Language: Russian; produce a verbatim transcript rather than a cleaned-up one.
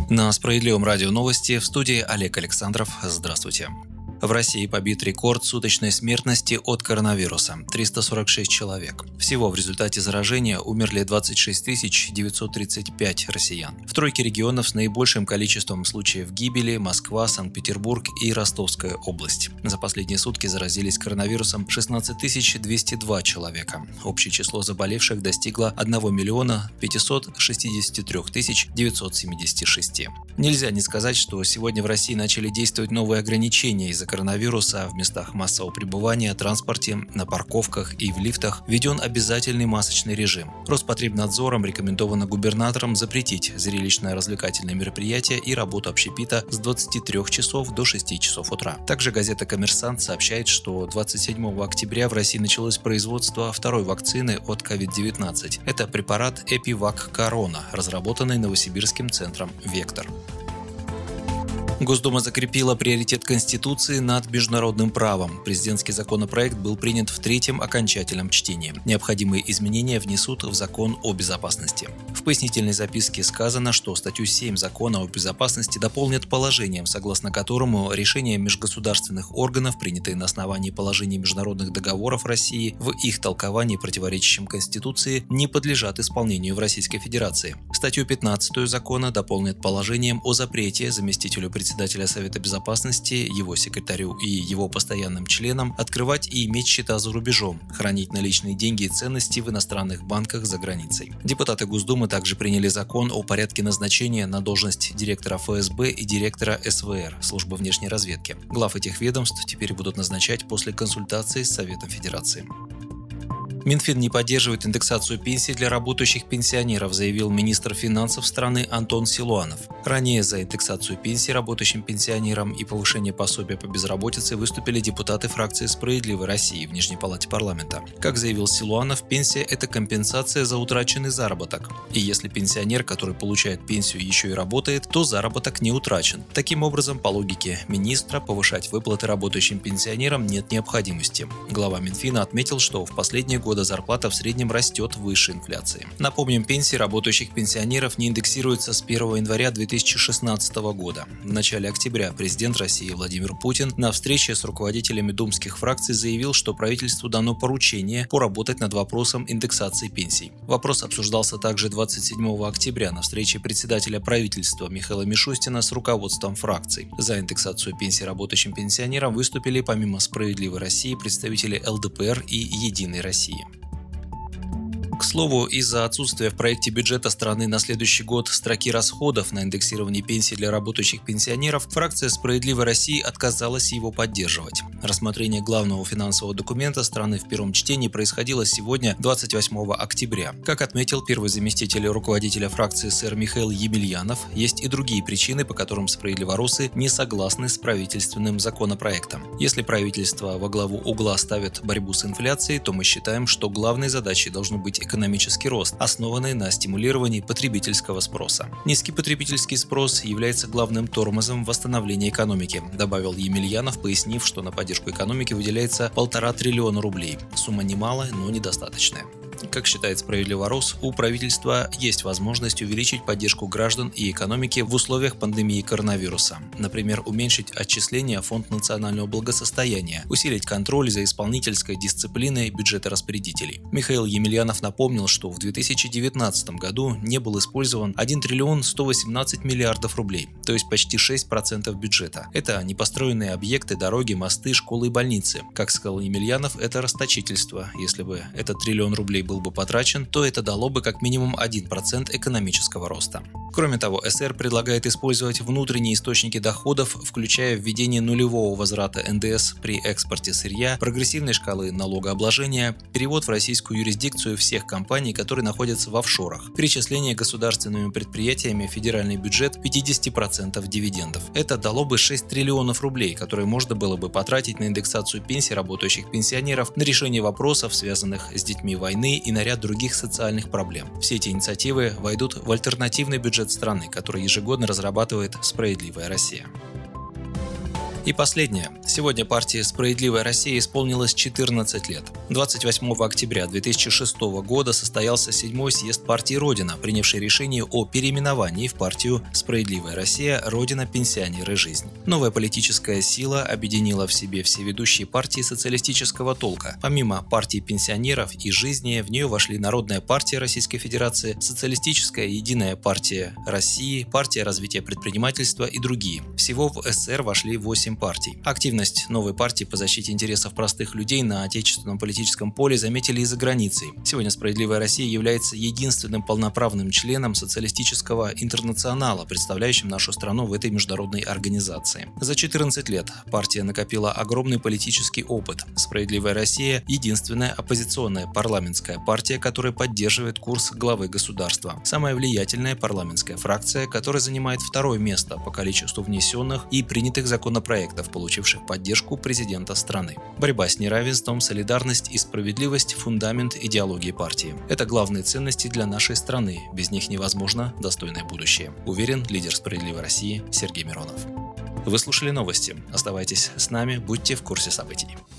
На Справедливом радио новости, в студии Олег Александров. Здравствуйте. В России побит рекорд суточной смертности от коронавируса – триста сорок шесть человек. Всего в результате заражения умерли двадцать шесть тысяч девятьсот тридцать пять россиян. В тройке регионов с наибольшим количеством случаев гибели – Москва, Санкт-Петербург и Ростовская область. За последние сутки заразились коронавирусом шестнадцать тысяч двести два человека. Общее число заболевших достигло одного миллиона пятисот шестидесяти трёх тысяч девятьсот семидесяти шести. Нельзя не сказать, что сегодня в России начали действовать новые ограничения из-за коронавируса. В местах массового пребывания, транспорте, на парковках и в лифтах введен обязательный масочный режим. Роспотребнадзором рекомендовано губернаторам запретить зрелищно-развлекательные мероприятия и работу общепита с двадцати трёх часов до шести часов утра. Также газета «Коммерсант» сообщает, что двадцать седьмого октября в России началось производство второй вакцины от ковид девятнадцать. Это препарат Эпивак Корона, разработанный Новосибирским центром «Вектор». Госдума закрепила приоритет Конституции над международным правом. Президентский законопроект был принят в третьем окончательном чтении. Необходимые изменения внесут в закон о безопасности. В пояснительной записке сказано, что статью семь закона о безопасности дополнят положением, согласно которому решения межгосударственных органов, принятые на основании положений международных договоров России, в их толковании, противоречащем Конституции, не подлежат исполнению в Российской Федерации. Статью пятнадцатую закона дополнят положением о запрете заместителю председателя председателя Совета Безопасности, его секретарю и его постоянным членам открывать и иметь счета за рубежом, хранить наличные деньги и ценности в иностранных банках за границей. Депутаты Госдумы также приняли закон о порядке назначения на должность директора эф эс бэ и директора эс вэ эр, службы внешней разведки. Глав этих ведомств теперь будут назначать после консультации с Советом Федерации. Минфин не поддерживает индексацию пенсий для работающих пенсионеров, заявил министр финансов страны Антон Силуанов. Ранее за индексацию пенсий работающим пенсионерам и повышение пособия по безработице выступили депутаты фракции «Справедливой России» в Нижней палате парламента. Как заявил Силуанов, пенсия – это компенсация за утраченный заработок. И если пенсионер, который получает пенсию, еще и работает, то заработок не утрачен. Таким образом, по логике министра, повышать выплаты работающим пенсионерам нет необходимости. Глава Минфина отметил, что в последние годы года зарплата в среднем растет выше инфляции. Напомним, пенсии работающих пенсионеров не индексируются с первого января две тысячи шестнадцатого года. В начале октября президент России Владимир Путин на встрече с руководителями думских фракций заявил, что правительству дано поручение поработать над вопросом индексации пенсий. Вопрос обсуждался также двадцать седьмого октября на встрече председателя правительства Михаила Мишустина с руководством фракций. За индексацию пенсий работающим пенсионерам выступили помимо «Справедливой России» представители эл дэ пэ эр и «Единой России». К слову, из-за отсутствия в проекте бюджета страны на следующий год строки расходов на индексирование пенсий для работающих пенсионеров, фракция «Справедливой России» отказалась его поддерживать. Рассмотрение главного финансового документа страны в первом чтении происходило сегодня, двадцать восьмого октября. Как отметил первый заместитель руководителя фракции сэр Михаил Емельянов, есть и другие причины, по которым справедливоросы не согласны с правительственным законопроектом. Если правительство во главу угла ставит борьбу с инфляцией, то мы считаем, что главной задачей должно быть экономический рост, основанный на стимулировании потребительского спроса. Низкий потребительский спрос является главным тормозом восстановления экономики, добавил Емельянов, пояснив, что на поддержку экономики выделяется полтора триллиона рублей. Сумма немалая, но недостаточная. Как считает «Справедливорос», у правительства есть возможность увеличить поддержку граждан и экономики в условиях пандемии коронавируса. Например, уменьшить отчисления в Фонд национального благосостояния, усилить контроль за исполнительской дисциплиной бюджета распорядителей. Михаил Емельянов напомнил, что в две тысячи девятнадцатом году не был использован один триллион сто восемнадцать миллиардов рублей, то есть почти шесть процентов бюджета. Это непостроенные объекты, дороги, мосты, школы и больницы. Как сказал Емельянов, это расточительство. Если бы этот триллион рублей был бы потрачен, то это дало бы как минимум один процент экономического роста. Кроме того, эс эр предлагает использовать внутренние источники доходов, включая введение нулевого возврата эн дэ эс при экспорте сырья, прогрессивной шкалы налогообложения, перевод в российскую юрисдикцию всех компаний, которые находятся в офшорах, перечисление государственными предприятиями в федеральный бюджет пятьдесят процентов дивидендов. Это дало бы шесть триллионов рублей, которые можно было бы потратить на индексацию пенсий работающих пенсионеров, на решение вопросов, связанных с детьми войны и на ряд других социальных проблем. Все эти инициативы войдут в альтернативный бюджет страны, который ежегодно разрабатывает «Справедливая Россия». И последнее. Сегодня партии «Справедливая Россия» исполнилось четырнадцать лет. двадцать восьмого октября две тысячи шестого года состоялся седьмой съезд партии «Родина», принявший решение о переименовании в партию «Справедливая Россия. Родина, пенсионеры, жизнь». Новая политическая сила объединила в себе все ведущие партии социалистического толка. Помимо партии пенсионеров и жизни, в нее вошли Народная партия Российской Федерации, Социалистическая единая партия России, партия развития предпринимательства и другие. Всего в СССР вошли восемь партий. Активность новой партии по защите интересов простых людей на отечественном политическом поле заметили и за границей. Сегодня «Справедливая Россия» является единственным полноправным членом социалистического интернационала, представляющим нашу страну в этой международной организации. За четырнадцать лет партия накопила огромный политический опыт. «Справедливая Россия» – единственная оппозиционная парламентская партия, которая поддерживает курс главы государства. Самая влиятельная парламентская фракция, которая занимает второе место по количеству внесенных и принятых законопроектов, получивших поддержку президента страны. Борьба с неравенством, солидарность и справедливость – фундамент идеологии партии. Это главные ценности для нашей страны. Без них невозможно достойное будущее. Уверен лидер «Справедливой России» Сергей Миронов. Вы слушали новости. Оставайтесь с нами, будьте в курсе событий.